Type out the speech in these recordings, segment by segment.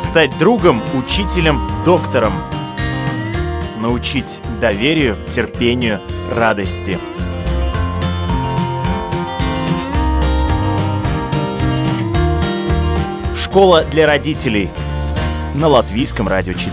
стать другом, учителем, доктором. Научить доверию, терпению, радости. Школа для родителей на Латвийском радио 4.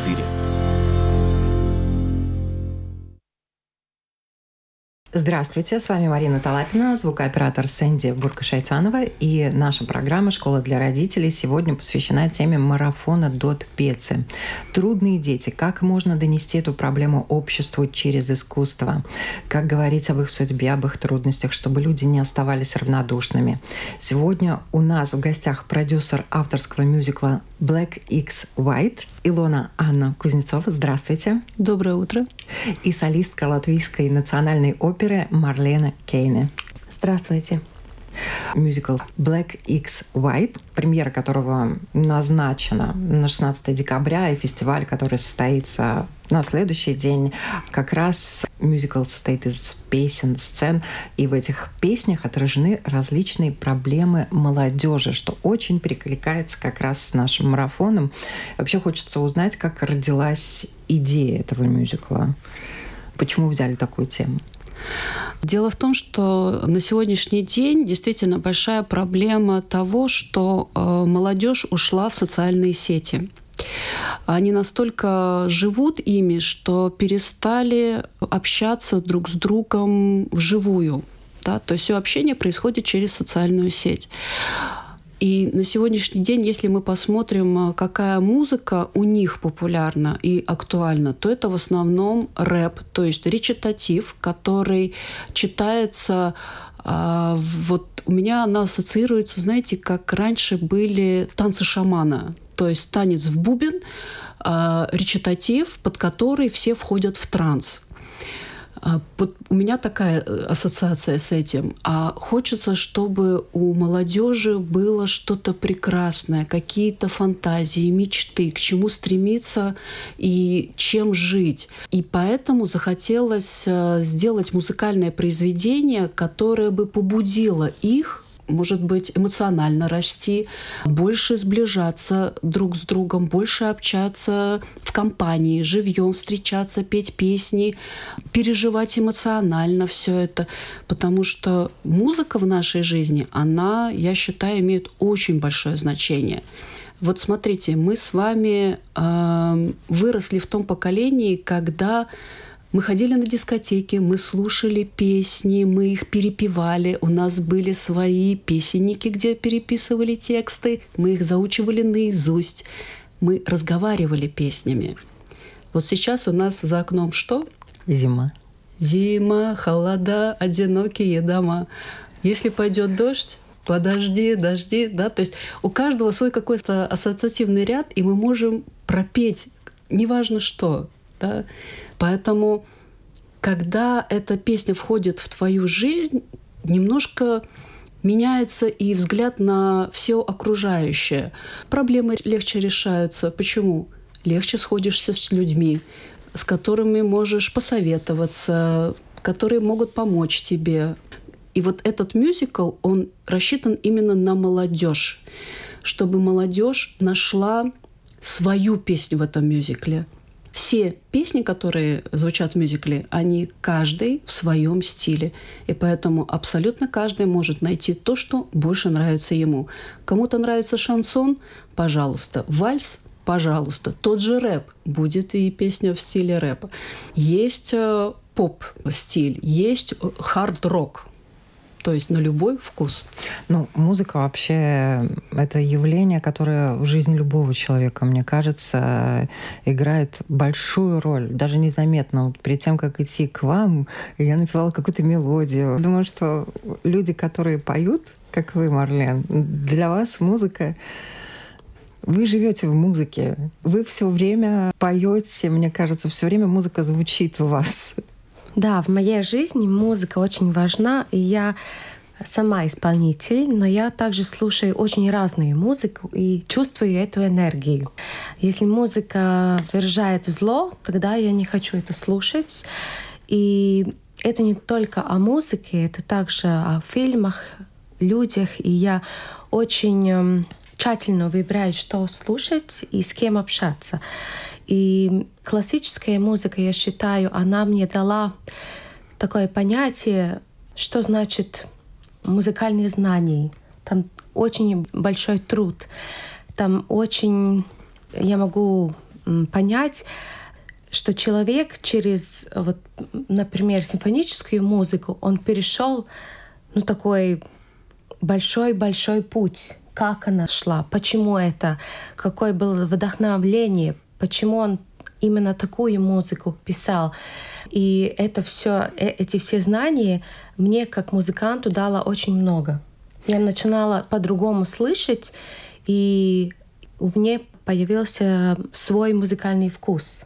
Здравствуйте, с вами Марина Талапина, звукооператор Сэнди Бурка-Шайтанова, и наша программа «Школа для родителей» сегодня посвящена теме марафона Дот Пеци. Трудные дети. Как можно донести эту проблему обществу через искусство? Как говорить об их судьбе, об их трудностях, чтобы люди не оставались равнодушными? Сегодня у нас в гостях продюсер авторского мюзикла Black X White Илона Анна Кузнецова. Здравствуйте. Доброе утро. И солистка Латвийской национальной оперы Марлена Кейне. Здравствуйте. Мюзикл Black X White, премьера которого назначена на 16 декабря, и фестиваль, который состоится на следующий день. Как раз мюзикл состоит из песен, сцен, и в этих песнях отражены различные проблемы молодежи, что очень перекликается как раз с нашим марафоном. Вообще хочется узнать, как родилась идея этого мюзикла. Почему взяли такую тему? Дело в том, что на сегодняшний день действительно большая проблема того, что молодежь ушла в социальные сети. Они настолько живут ими, что перестали общаться друг с другом вживую. Да? То есть все общение происходит через социальную сеть. И на сегодняшний день, если мы посмотрим, какая музыка у них популярна и актуальна, то это в основном рэп, то есть речитатив, который читается. Вот у меня она ассоциируется, знаете, как раньше были танцы шамана, то есть танец в бубен, речитатив, под который все входят в транс. Вот у меня такая ассоциация с этим. А хочется, чтобы у молодежи было что-то прекрасное, какие-то фантазии, мечты, к чему стремиться и чем жить. И поэтому захотелось сделать музыкальное произведение, которое бы побудило их, может быть, эмоционально расти, больше сближаться друг с другом, больше общаться в компании, живьем встречаться, петь песни, переживать эмоционально все это. Потому что музыка в нашей жизни, она, я считаю, имеет очень большое значение. Вот смотрите, мы с вами выросли в том поколении, когда мы ходили на дискотеки, мы слушали песни, мы их перепевали. У нас были свои песенники, где переписывали тексты, мы их заучивали наизусть. Мы разговаривали песнями. Вот сейчас у нас за окном что? Зима. Зима, холода, одинокие дома. Если пойдет дождь, подожди, дожди. Да? То есть у каждого свой какой-то ассоциативный ряд, и мы можем пропеть неважно что. Да? Поэтому, когда эта песня входит в твою жизнь, немножко меняется и взгляд на все окружающее. Проблемы легче решаются. Почему? Легче сходишься с людьми, с которыми можешь посоветоваться, которые могут помочь тебе. И вот этот мюзикл, он рассчитан именно на молодежь, чтобы молодежь нашла свою песню в этом мюзикле. Все песни, которые звучат в мюзикле, они каждый в своем стиле. И поэтому абсолютно каждый может найти то, что больше нравится ему. Кому-то нравится шансон – пожалуйста. Вальс – пожалуйста. Тот же рэп – будет и песня в стиле рэпа. Есть поп-стиль, есть хард-рок. То есть на любой вкус. Ну, музыка вообще — это явление, которое в жизни любого человека, мне кажется, играет большую роль, даже незаметно. Вот перед тем, как идти к вам, я напевала какую-то мелодию. Думаю, что люди, которые поют, как вы, Марлен, для вас музыка... Вы живете в музыке, вы все время поете, мне кажется, все время музыка звучит у вас. Да, в моей жизни музыка очень важна, и я сама исполнитель, но я также слушаю очень разную музыку и чувствую эту энергию. Если музыка выражает зло, тогда я не хочу это слушать. И это не только о музыке, это также о фильмах, людях. И я очень тщательно выбираю, что слушать и с кем общаться. И классическая музыка, я считаю, она мне дала такое понятие, что значит музыкальные знания. Там очень большой труд. Там очень я могу понять, что человек через, вот, например, симфоническую музыку, он перешел такой большой-большой путь. Как она шла, почему это, какое было вдохновление, почему он именно такую музыку писал. И это все, эти все знания мне как музыканту дало очень много. Я начинала по-другому слышать, и у меня появился свой музыкальный вкус.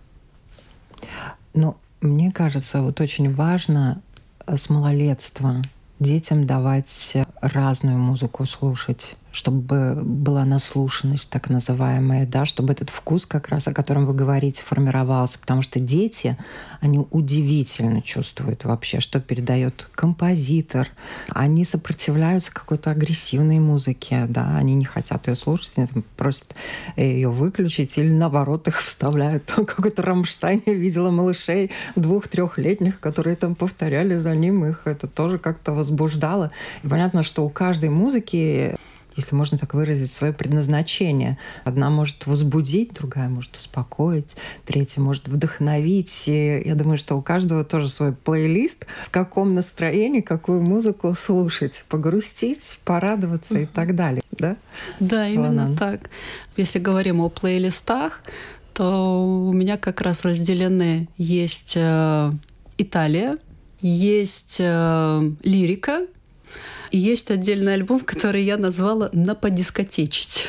Но мне кажется, вот очень важно с малолетства детям давать разную музыку слушать, чтобы была наслушанность так называемая, да, чтобы этот вкус как раз, о котором вы говорите, формировался. Потому что дети, они удивительно чувствуют вообще, что передает композитор. Они сопротивляются какой-то агрессивной музыке, да, они не хотят ее слушать, они там просят ее выключить или наоборот их вставляют. Там какой-то Рамштайн, я видела малышей 2-3-летних, которые там повторяли за ним, их это тоже как-то возбуждало. И понятно, что у каждой музыки, если можно так выразить, свое предназначение. Одна может возбудить, другая может успокоить, третья может вдохновить. И я думаю, что у каждого тоже свой плейлист, в каком настроении, какую музыку слушать, погрустить, порадоваться и так далее. Да, да, именно так. Если говорим о плейлистах, то у меня как раз разделены. Есть Италия, есть лирика, и есть отдельный альбом, который я назвала «Наподискотечить».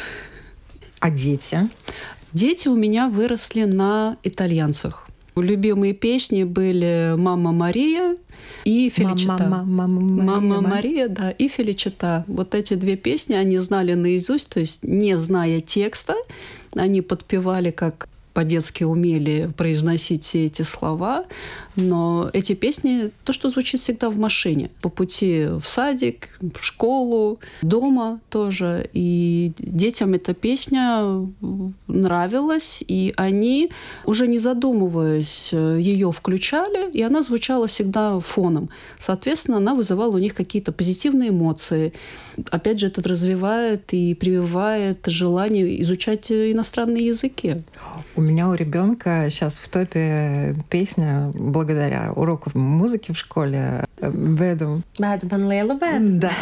А дети? Дети у меня выросли на итальянцах. Любимые песни были «Мама Мария» и «Феличита». «Мама Мария», да, и «Феличита». Вот эти две песни они знали наизусть, то есть не зная текста, они подпевали, как по-детски умели произносить все эти слова, но эти песни — то, что звучит всегда в машине, по пути в садик, в школу, дома тоже. И детям эта песня нравилась, и они, уже не задумываясь, ее включали, и она звучала всегда фоном. Соответственно, она вызывала у них какие-то позитивные эмоции. Опять же, это развивает и прививает желание изучать иностранные языки. У меня у ребенка сейчас в топе песня, благодаря урокам музыки в школе, «Бэдум». «Бэдум лейла бэд». Да.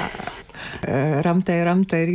«Рамтай, рамтай,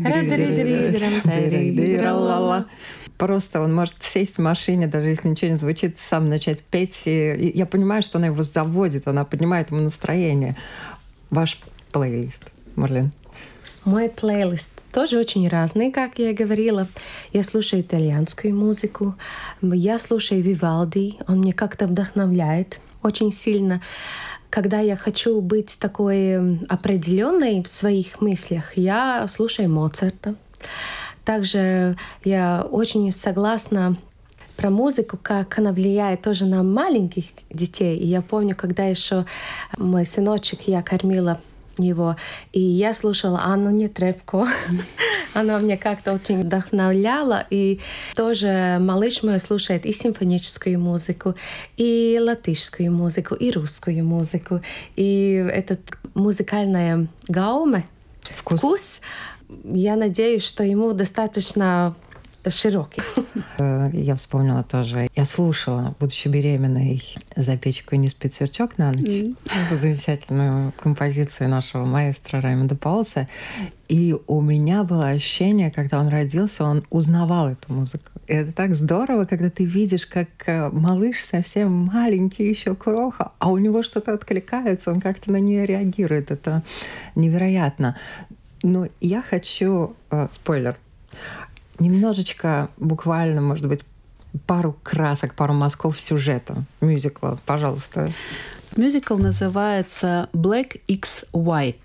ридралала». Просто он может сесть в машине, даже если ничего не звучит, сам начать петь. И я понимаю, что она его заводит, она поднимает ему настроение. Ваш плейлист, Марлен? Мой плейлист тоже очень разный, как я говорила. Я слушаю итальянскую музыку, я слушаю Вивальди, он меня как-то вдохновляет очень сильно. Когда я хочу быть такой определенной в своих мыслях, я слушаю Моцарта. Также я очень согласна про музыку, как она влияет тоже на маленьких детей. И я помню, когда еще мой сыночек, я кормила его, и я слушала Анну Нетребко. Она меня как-то очень вдохновляла. И тоже малыш мой слушает и симфоническую музыку, и латышскую музыку, и русскую музыку. И этот музыкальная гауме, вкус, я надеюсь, что ему достаточно широкий. Я вспомнила тоже. Я слушала, будучи беременной, «За печку не спит сверчок на ночь». Замечательную композицию нашего маэстро Раймонда Паулса. И у меня было ощущение, когда он родился, он узнавал эту музыку. И это так здорово, когда ты видишь, как малыш совсем маленький, еще кроха, а у него что-то откликается, он как-то на нее реагирует. Это невероятно. Но я хочу... спойлер. Немножечко, буквально, может быть, пару красок, пару мазков сюжета мюзикла, пожалуйста. Мюзикл называется «Black X White».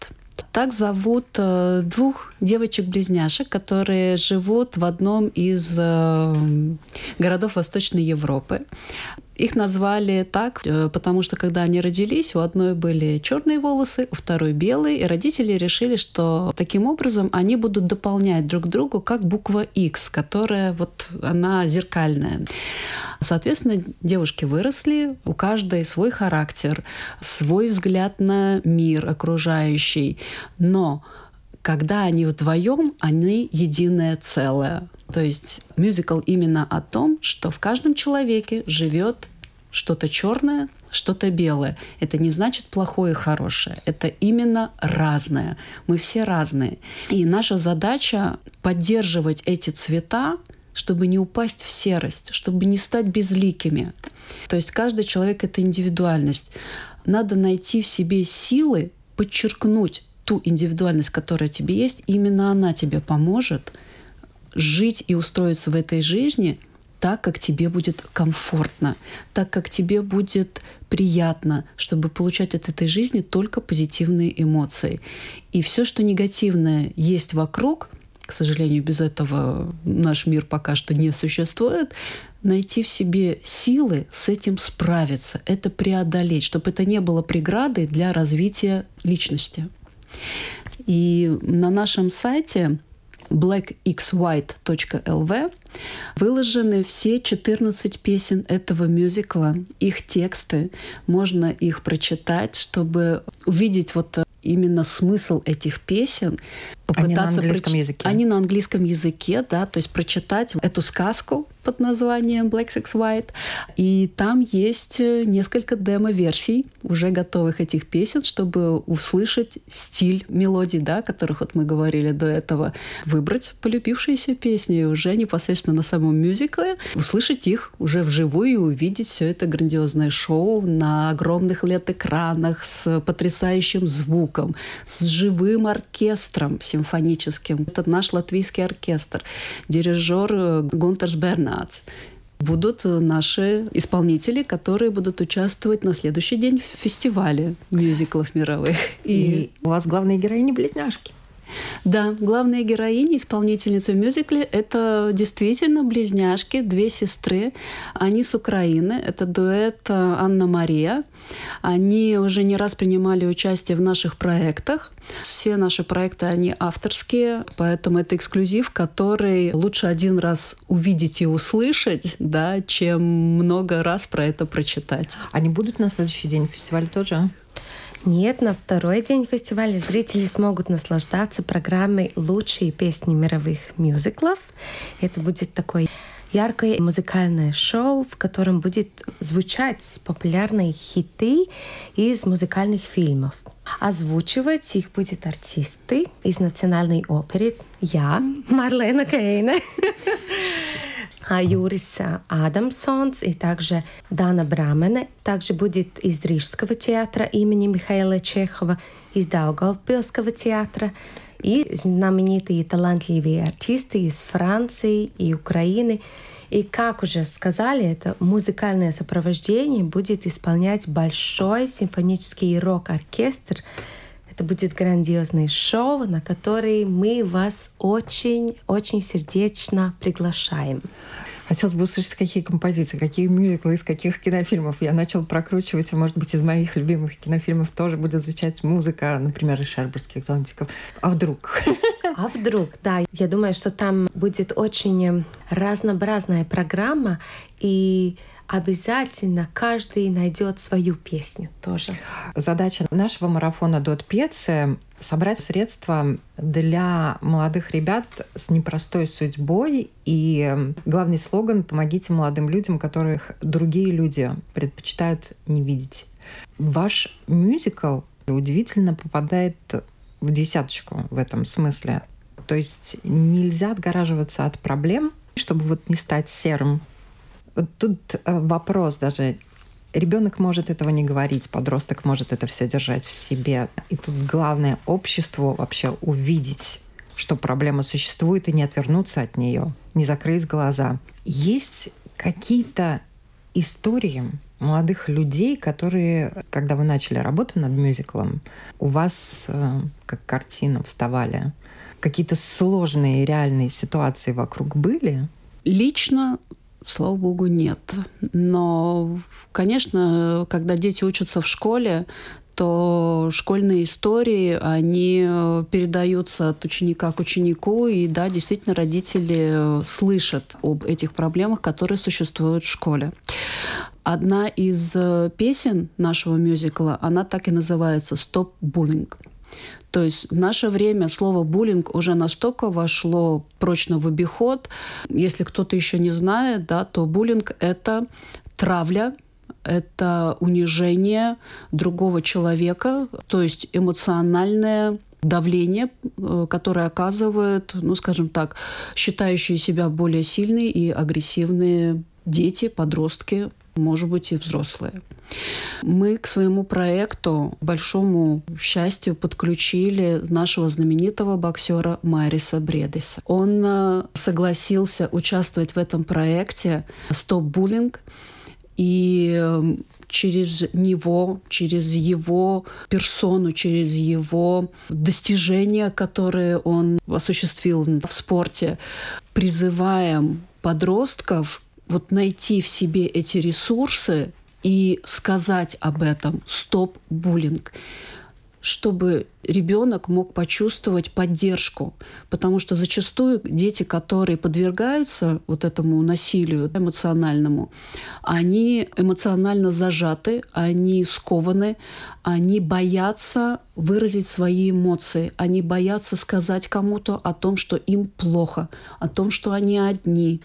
Так зовут двух девочек-близняшек, которые живут в одном из городов Восточной Европы. Их назвали так, потому что когда они родились, у одной были черные волосы, у второй белые, и родители решили, что таким образом они будут дополнять друг другу, как буква X, которая вот она зеркальная. Соответственно, девушки выросли, у каждой свой характер, свой взгляд на мир окружающий, но когда они вдвоем, они единое целое. То есть мюзикл именно о том, что в каждом человеке живет что-то черное, что-то белое. Это не значит плохое и хорошее. Это именно разное. Мы все разные. И наша задача поддерживать эти цвета, чтобы не упасть в серость, чтобы не стать безликими. То есть каждый человек — это индивидуальность. Надо найти в себе силы подчеркнуть ту индивидуальность, которая в тебе есть. Именно она тебе поможет жить и устроиться в этой жизни так, как тебе будет комфортно, так, как тебе будет приятно, чтобы получать от этой жизни только позитивные эмоции. И все, что негативное есть вокруг, к сожалению, без этого наш мир пока что не существует, найти в себе силы с этим справиться, это преодолеть, чтобы это не было преградой для развития личности. И на нашем сайте blackxwhite.lv выложены все 14 песен этого мюзикла, их тексты. Можно их прочитать, чтобы увидеть вот именно смысл этих песен. Они на английском языке. Они на английском языке, да, то есть прочитать эту сказку под названием Black Sex White. И там есть несколько демо-версий уже готовых этих песен, чтобы услышать стиль мелодий, да, о которых вот мы говорили до этого, выбрать полюбившиеся песни и уже непосредственно на самом мюзикле услышать их уже вживую и увидеть все это грандиозное шоу на огромных LED-экранах с потрясающим звуком, с живым оркестром симфоническим. Это наш латвийский оркестр, дирижер Гунтерс Бернац. Будут наши исполнители, которые будут участвовать на следующий день в фестивале мюзиклов мировых. И у вас главные героини-близняшки. Да, главные героини, исполнительницы в мюзикле — это действительно близняшки, две сестры. Они с Украины. Это дуэт Анна-Мария. Они уже не раз принимали участие в наших проектах. Все наши проекты, они авторские, поэтому это эксклюзив, который лучше один раз увидеть и услышать, да, чем много раз про это прочитать. Они будут на следующий день в фестивале тоже? Нет, на второй день фестиваля зрители смогут наслаждаться программой «Лучшие песни мировых мюзиклов». Это будет такое яркое музыкальное шоу, в котором будет звучать популярные хиты из музыкальных фильмов. Озвучивать их будут артисты из Национальной оперы. Я, Марлена Кейне, Юрис Адамсонс и также Дана Брамене. Также будет из Рижского театра имени Михаила Чехова, из Даугавпилского театра и знаменитые талантливые артисты из Франции и Украины. И, как уже сказали, это музыкальное сопровождение будет исполнять большой симфонический рок-оркестр. Это будет грандиозное шоу, на которое мы вас очень-очень сердечно приглашаем. Хотелось бы услышать, какие композиции, какие мюзиклы, из каких кинофильмов. Я начала прокручивать, и, может быть, из моих любимых кинофильмов тоже будет звучать музыка, например, из «Шербургских зонтиков». А вдруг? А вдруг, да. Я думаю, что там будет очень разнообразная программа, и обязательно каждый найдет свою песню тоже. Задача нашего марафона «Дот Пьеце» — собрать средства для молодых ребят с непростой судьбой. И главный слоган — «Помогите молодым людям, которых другие люди предпочитают не видеть». Ваш мюзикл удивительно попадает в десяточку в этом смысле. То есть нельзя отгораживаться от проблем, чтобы вот не стать серым. Вот тут вопрос даже. Ребенок может этого не говорить, подросток может это все держать в себе. И тут главное обществу вообще увидеть, что проблема существует, и не отвернуться от нее, не закрыть глаза. Есть какие-то истории молодых людей, которые, когда вы начали работу над мюзиклом, у вас как картина вставали? Какие-то сложные реальные ситуации вокруг были? Лично, слава богу, нет. Но, конечно, когда дети учатся в школе, то школьные истории, они передаются от ученика к ученику, и да, действительно, родители слышат об этих проблемах, которые существуют в школе. Одна из песен нашего мюзикла, она так и называется «Stop Bullying». То есть в наше время слово «буллинг» уже настолько вошло прочно в обиход. Если кто-то еще не знает, да, то буллинг – это травля, это унижение другого человека, то есть эмоциональное давление, которое оказывают, ну, скажем так, считающие себя более сильные и агрессивные дети, подростки, может быть, и взрослые. Мы к своему проекту, большому счастью, подключили нашего знаменитого боксера Майриса Бредеса. Он согласился участвовать в этом проекте «Stop Bullying», и через него, через его персону, через его достижения, которые он осуществил в спорте, призываем подростков вот найти в себе эти ресурсы и сказать об этом «Стоп буллинг», чтобы ребенок мог почувствовать поддержку. Потому что зачастую дети, которые подвергаются вот этому насилию эмоциональному, они эмоционально зажаты, они скованы, они боятся выразить свои эмоции, они боятся сказать кому-то о том, что им плохо, о том, что они одни.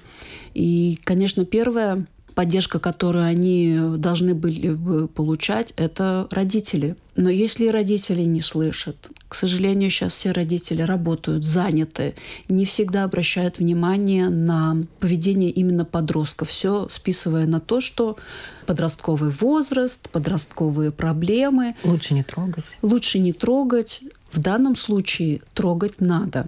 И, конечно, первая поддержка, которую они должны были бы получать, это родители. Но если родители не слышат, к сожалению, сейчас все родители работают, заняты, не всегда обращают внимание на поведение именно подростков, все списывая на то, что подростковый возраст, подростковые проблемы. Лучше не трогать. Лучше не трогать. В данном случае трогать надо.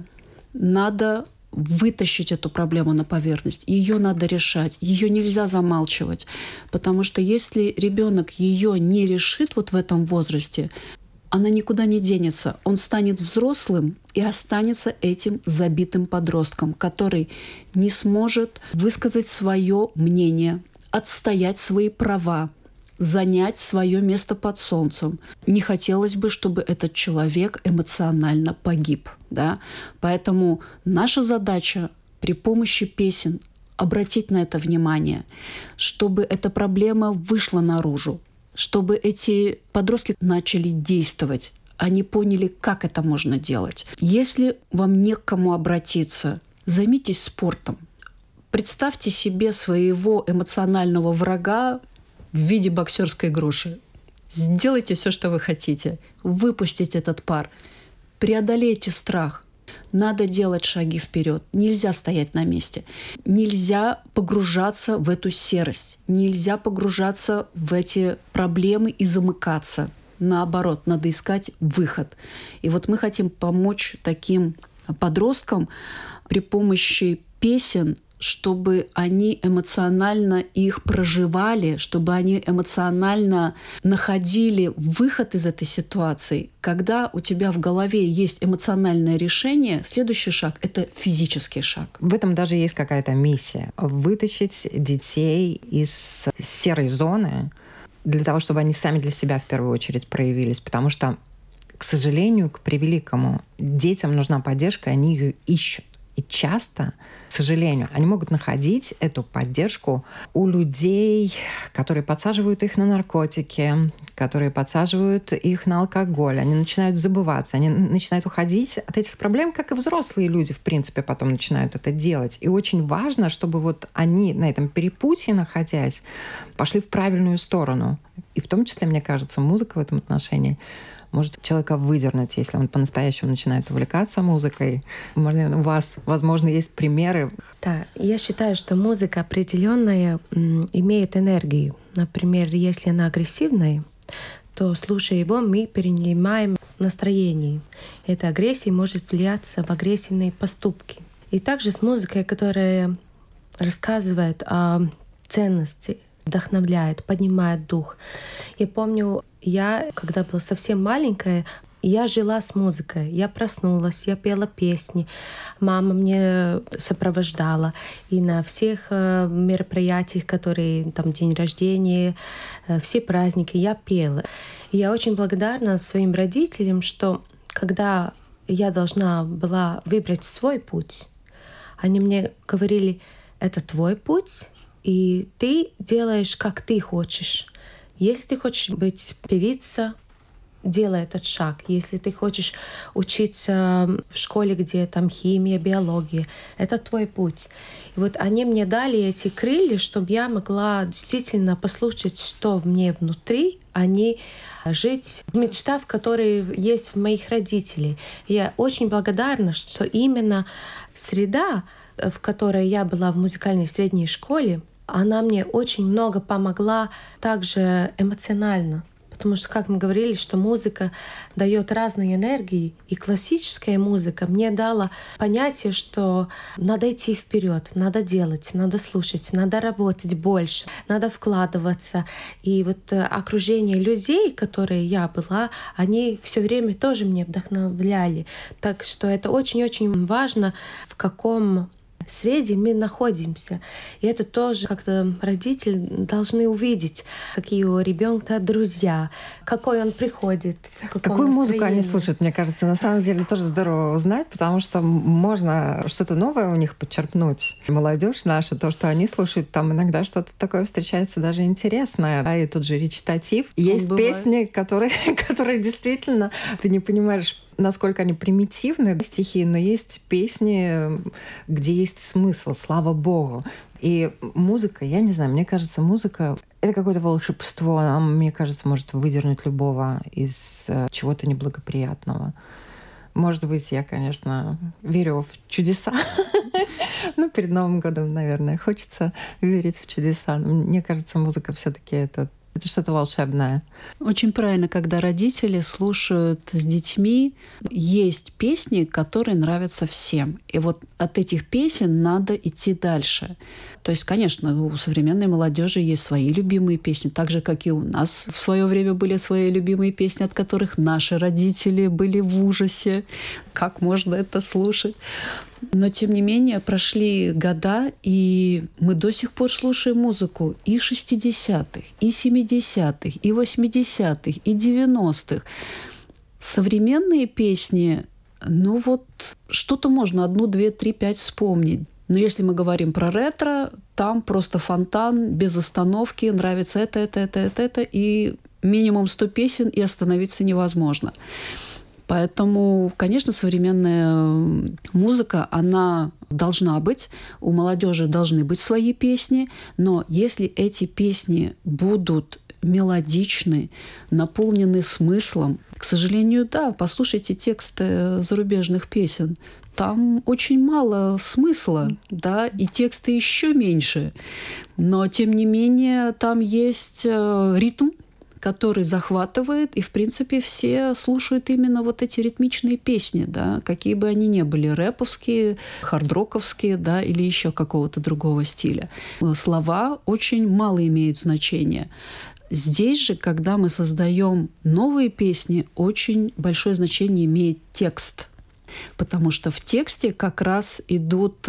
Надо вытащить эту проблему на поверхность. Ее надо решать. Ее нельзя замалчивать. Потому что если ребенок ее не решит вот в этом возрасте, она никуда не денется. Он станет взрослым и останется этим забитым подростком, который не сможет высказать свое мнение, отстоять свои права, занять свое место под солнцем. Не хотелось бы, чтобы этот человек эмоционально погиб. Да? Поэтому наша задача при помощи песен обратить на это внимание, чтобы эта проблема вышла наружу, чтобы эти подростки начали действовать. Они поняли, как это можно делать. Если вам не к кому обратиться, займитесь спортом. Представьте себе своего эмоционального врага в виде боксерской груши. Сделайте все, что вы хотите. Выпустите этот пар. Преодолейте страх. Надо делать шаги вперед. Нельзя стоять на месте. Нельзя погружаться в эту серость. Нельзя погружаться в эти проблемы и замыкаться. Наоборот, надо искать выход. И вот мы хотим помочь таким подросткам при помощи песен, чтобы они эмоционально их проживали, чтобы они эмоционально находили выход из этой ситуации. Когда у тебя в голове есть эмоциональное решение, следующий шаг — это физический шаг. В этом даже есть какая-то миссия. Вытащить детей из серой зоны для того, чтобы они сами для себя в первую очередь проявились. Потому что, к сожалению, к превеликому, детям нужна поддержка, они ее ищут. И часто, к сожалению, они могут находить эту поддержку у людей, которые подсаживают их на наркотики, которые подсаживают их на алкоголь. Они начинают забываться, они начинают уходить от этих проблем, как и взрослые люди, в принципе, потом начинают это делать. И очень важно, чтобы вот они на этом перепутье, находясь, пошли в правильную сторону. И в том числе, мне кажется, музыка в этом отношении может человека выдернуть, если он по-настоящему начинает увлекаться музыкой. У вас, возможно, есть примеры. Да, я считаю, что музыка определенная имеет энергию. Например, если она агрессивная, то, слушая его, мы перенимаем настроение. Эта агрессия может влияться в агрессивные поступки. И также с музыкой, которая рассказывает о ценности вдохновляет, поднимает дух. Я помню, когда была совсем маленькая, я жила с музыкой. Я проснулась, я пела песни. Мама мне сопровождала. И на всех мероприятиях, которые там день рождения, все праздники, я пела. И я очень благодарна своим родителям, что когда я должна была выбрать свой путь, они мне говорили: это твой путь, и ты делаешь, как ты хочешь. Если ты хочешь быть певицей, делай этот шаг. Если ты хочешь учиться в школе, где там химия, биология, это твой путь. И вот они мне дали эти крылья, чтобы я могла действительно послушать, что в мне внутри, а не жить в мечтах, которые есть в моих родителей. Я очень благодарна, что именно среда, в которой я была в музыкальной средней школе, она мне очень много помогла также эмоционально. Потому что, как мы говорили, что музыка дает разную энергию, и классическая музыка мне дала понятие, что надо идти вперед, надо делать, надо слушать, надо работать больше, надо вкладываться. И вот окружение людей, которые я была, они все время тоже меня вдохновляли. Так что это очень-очень важно, в каком среде мы находимся. И это тоже как-то родители должны увидеть, какие у ребенка друзья, какой он приходит. Какую музыку они слушают, мне кажется, на самом деле тоже здорово узнать, потому что можно что-то новое у них подчеркнуть. Молодежь наша, то, что они слушают, там иногда что-то такое встречается даже интересное. Да, и тут же речитатив. Есть песни, которые действительно ты не понимаешь, насколько они примитивны, стихи, но есть песни, где есть смысл, слава Богу. И музыка, я не знаю, мне кажется, музыка — это какое-то волшебство. Она, мне кажется, может выдернуть любого из чего-то неблагоприятного. Может быть, я, конечно, верю в чудеса. Ну, перед Новым годом, наверное, хочется верить в чудеса. Но мне кажется, музыка все-таки это что-то волшебное. Очень правильно, когда родители слушают с детьми. Есть песни, которые нравятся всем. И вот от этих песен надо идти дальше. То есть, конечно, у современной молодежи есть свои любимые песни, так же, как и у нас в свое время были свои любимые песни, от которых наши родители были в ужасе. Как можно это слушать? Но, тем не менее, прошли года, и мы до сих пор слушаем музыку и 60-х, и 70-х, и 80-х, и 90-х. Современные песни, ну вот, что-то можно 1, 2, 3, 5 вспомнить. Но если мы говорим про ретро, там просто фонтан, без остановки, нравится это, и минимум 100 песен, и остановиться невозможно. Поэтому, конечно, современная музыка, она должна быть, у молодежи должны быть свои песни, но если эти песни будут мелодичны, наполнены смыслом, к сожалению, да, послушайте тексты зарубежных песен, там очень мало смысла, да, и тексты еще меньше, но, тем не менее, там есть ритм, который захватывает, и, в принципе, все слушают именно вот эти ритмичные песни, да, какие бы они ни были, рэповские, хард-роковские, да, или еще какого-то другого стиля. Слова очень мало имеют значения. Здесь же, когда мы создаем новые песни, очень большое значение имеет текст, потому что в тексте как раз идут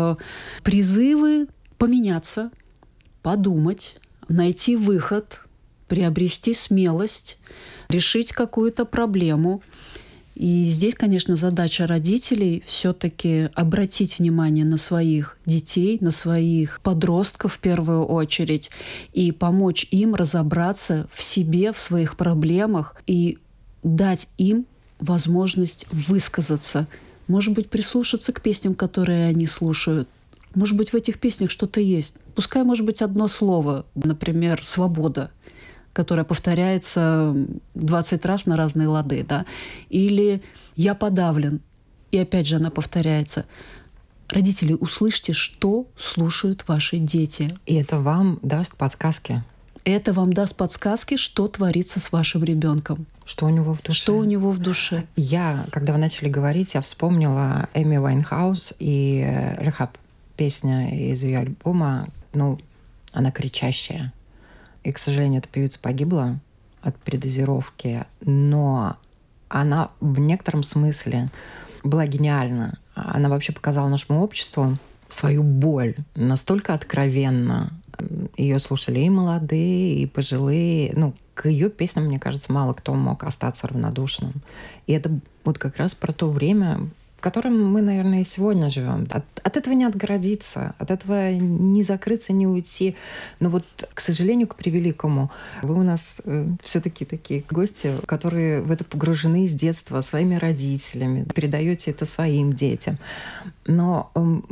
призывы поменяться, подумать, найти выход, приобрести смелость, решить какую-то проблему. И здесь, конечно, задача родителей все-таки обратить внимание на своих детей, на своих подростков в первую очередь, и помочь им разобраться в себе, в своих проблемах, и дать им возможность высказаться. Может быть, прислушаться к песням, которые они слушают. Может быть, в этих песнях что-то есть. Пускай, может быть, одно слово, например, «свобода», которая повторяется 20 раз на разные лады, да? Или «я подавлен», и опять же она повторяется. Родители, услышьте, что слушают ваши дети. И это вам даст подсказки. Это вам даст подсказки, что творится с вашим ребенком. Что у него в душе. Что у него в душе. Когда вы начали говорить, я вспомнила Эми Уайнхаус и «Рехаб». Песня из ее альбома, она кричащая. И, к сожалению, эта певица погибла от передозировки, но она в некотором смысле была гениальна. Она вообще показала нашему обществу свою боль настолько откровенно. Ее слушали и молодые, и пожилые. К ее песням, мне кажется, мало кто мог остаться равнодушным. И это вот как раз про то время, в котором мы, наверное, и сегодня живем. От этого не отгородиться, от этого не закрыться, не уйти. Но вот, к сожалению, к превеликому, вы у нас все-таки такие гости, которые в это погружены с детства своими родителями, передаете это своим детям. Но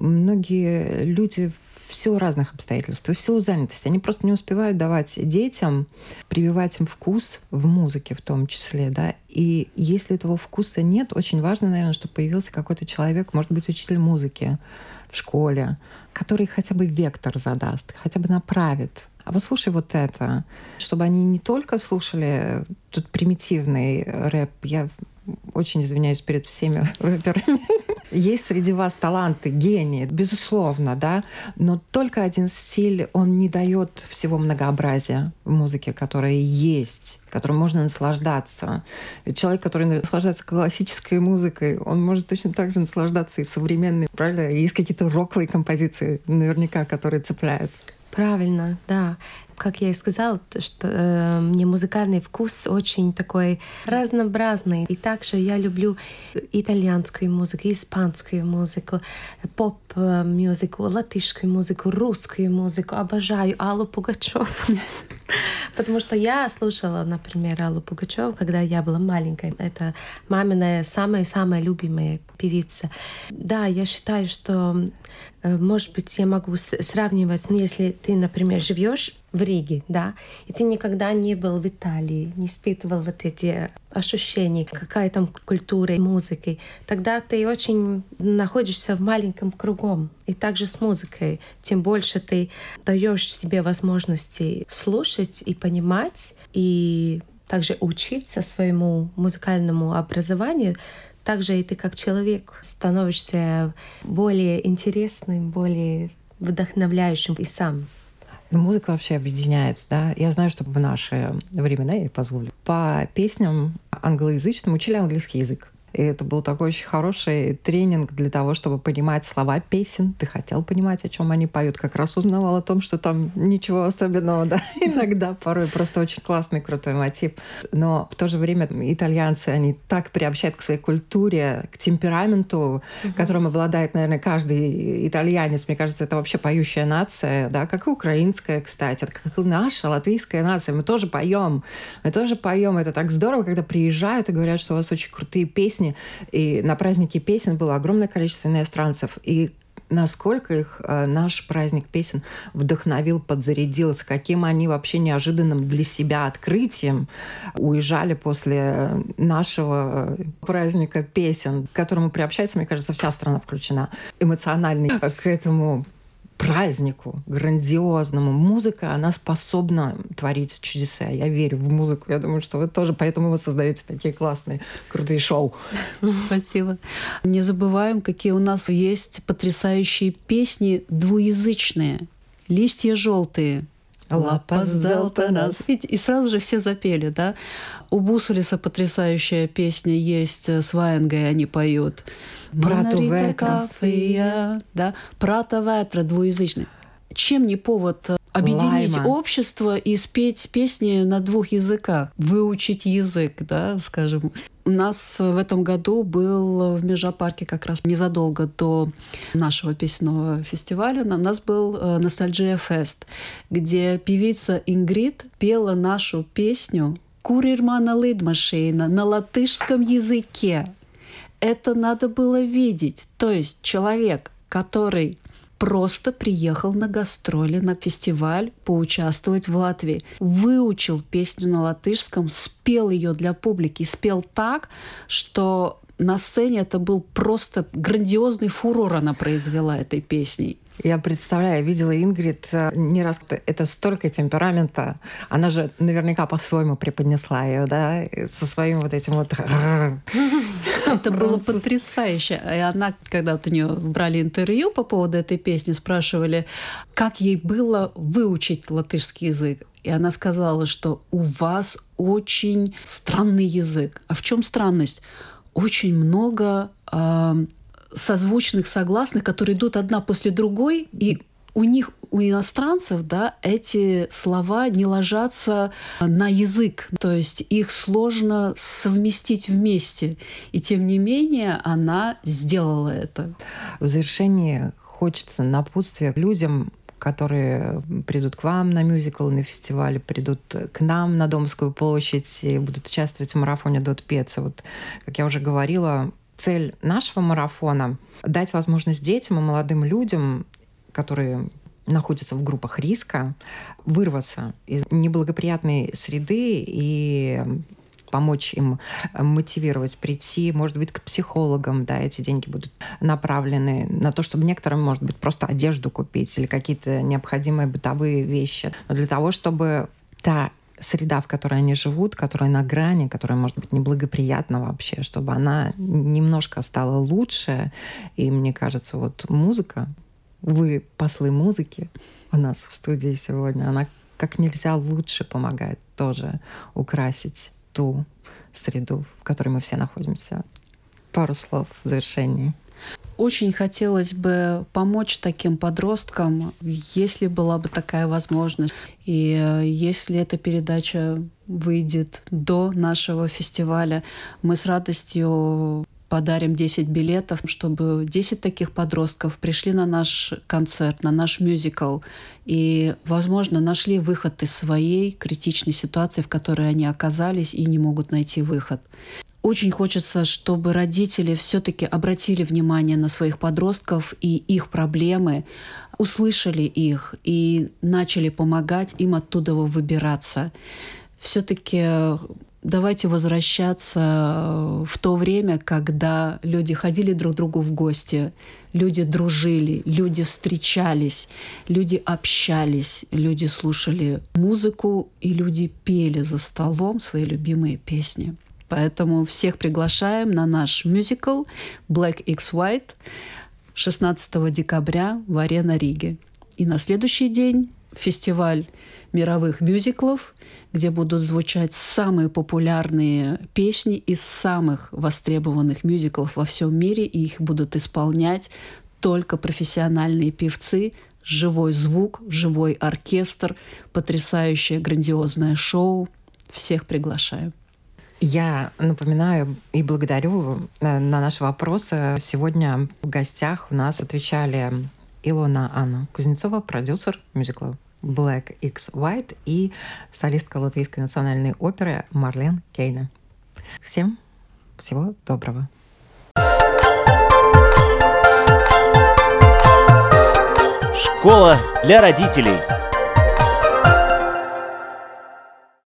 многие люди в силу разных обстоятельств и в силу занятости, они просто не успевают давать детям, прививать им вкус в музыке в том числе, да. И если этого вкуса нет, очень важно, наверное, чтобы появился какой-то человек, может быть, учитель музыки в школе, который хотя бы вектор задаст, хотя бы направит. А послушай вот это, чтобы они не только слушали тут примитивный рэп. Я очень извиняюсь перед всеми рэперами. Есть среди вас таланты, гении, безусловно, да, но только один стиль, он не дает всего многообразия в музыке, которое есть, которым можно наслаждаться. Ведь человек, который наслаждается классической музыкой, он может точно так же наслаждаться и современной, правильно? И есть какие-то роковые композиции, наверняка, которые цепляют. Правильно, да. Как я и сказала, что мне музыкальный вкус очень такой разнообразный. И также я люблю итальянскую музыку, испанскую музыку, поп-музыку, латышскую музыку, русскую музыку. Обожаю Аллу Пугачёву. Потому что я слушала, например, Аллу Пугачёву, когда я была маленькой. Это мамина самая-самая любимая певица. Да, я считаю, что, может быть, я могу сравнивать, если ты, например, живешь в Риге, да, и ты никогда не был в Италии, не испытывал вот эти ощущения, какая там культура музыки, тогда ты очень находишься в маленьком кругом. И также с музыкой. Тем больше ты даешь себе возможности слушать и понимать, и также учиться своему музыкальному образованию, также и ты как человек становишься более интересным, более вдохновляющим и сам. Музыка вообще объединяет, да. Я знаю, что в наши времена, я позволю, по песням англоязычным учили английский язык. И это был такой очень хороший тренинг для того, чтобы понимать слова песен. Ты хотел понимать, о чем они поют. Как раз узнавал о том, что там ничего особенного, да. Иногда, порой просто очень классный, крутой мотив. Но в то же время итальянцы, они так приобщают к своей культуре, к темпераменту, которым обладает, наверное, каждый итальянец. Мне кажется, это вообще поющая нация, да, как и украинская, кстати, как и наша латвийская нация. Мы тоже поем. Это так здорово, когда приезжают и говорят, что у вас очень крутые песни. И на празднике песен было огромное количество иностранцев. И насколько их наш праздник песен вдохновил, подзарядил, с каким они вообще неожиданным для себя открытием уезжали после нашего праздника песен, к которому приобщается, мне кажется, вся страна включена эмоционально к этому празднику грандиозному. Музыка, она способна творить чудеса. Я верю в музыку. Я думаю, что вы тоже поэтому вы создаете такие классные, крутые шоу. Спасибо. Не забываем, какие у нас есть потрясающие песни двуязычные. «Листья желтые». Лапа золотая. И сразу же все запели, да? У Бусулиса потрясающая песня есть с Ваенгой, они поют. Прату ветра. Да? Прата ветра двуязычный. Чем не повод объединить общество и спеть песни на двух языках, выучить язык, да, скажем. У нас в этом году был в Межапарке как раз незадолго до нашего песенного фестиваля у нас был «Ностальджия Фест», где певица Ингрид пела нашу песню «Курирмана лидмашина» на латышском языке. Это надо было видеть. То есть человек, который просто приехал на гастроли, на фестиваль поучаствовать в Латвии. Выучил песню на латышском, спел ее для публики. Спел так, что на сцене это был просто грандиозный фурор она произвела этой песней. Я представляю, я видела Ингрид не раз. Это столько темперамента. Она же наверняка по-своему преподнесла ее, да, со своим вот этим вот... Это было потрясающе. И она, когда от нее брали интервью по поводу этой песни, спрашивали, как ей было выучить латышский язык. И она сказала, что у вас очень странный язык. А в чем странность? Очень много созвучных согласных, которые идут одна после другой, и у них, у иностранцев, да, эти слова не ложатся на язык, то есть их сложно совместить вместе. И тем не менее она сделала это. В завершении хочется напутствия людям, которые придут к вам на мюзикл, на фестиваль, придут к нам на Домскую площадь и будут участвовать в марафоне «Дот Пеца». Вот, как я уже говорила, цель нашего марафона — дать возможность детям и молодым людям, которые находятся в группах риска, вырваться из неблагоприятной среды и помочь им мотивировать, прийти, может быть, к психологам. Да, эти деньги будут направлены на то, чтобы некоторым, может быть, просто одежду купить или какие-то необходимые бытовые вещи. Но для того, чтобы та среда, в которой они живут, которая на грани, которая, может быть, неблагоприятна вообще, чтобы она немножко стала лучше. И мне кажется, вот музыка, вы послы музыки у нас в студии сегодня, она как нельзя лучше помогает тоже украсить ту среду, в которой мы все находимся. Пару слов в завершении. Очень хотелось бы помочь таким подросткам, если была бы такая возможность. И если эта передача выйдет до нашего фестиваля, мы с радостью подарим 10 билетов, чтобы 10 таких подростков пришли на наш концерт, на наш мюзикл и, возможно, нашли выход из своей критичной ситуации, в которой они оказались и не могут найти выход. Очень хочется, чтобы родители все-таки обратили внимание на своих подростков и их проблемы, услышали их и начали помогать им оттуда выбираться. Все-таки давайте возвращаться в то время, когда люди ходили друг к другу в гости, люди дружили, люди встречались, люди общались, люди слушали музыку и люди пели за столом свои любимые песни. Поэтому всех приглашаем на наш мюзикл Black X White 16 декабря в Арена Риге. И на следующий день фестиваль мировых мюзиклов, где будут звучать самые популярные песни из самых востребованных мюзиклов во всем мире, и их будут исполнять только профессиональные певцы, живой звук, живой оркестр, потрясающее грандиозное шоу. Всех приглашаю. Я напоминаю и благодарю на наши вопросы. Сегодня в гостях у нас отвечали Илона Анна Кузнецова, продюсер мюзикла Black X White, и солистка Латвийской национальной оперы Марлен Кейне. Всем всего доброго. Школа для родителей.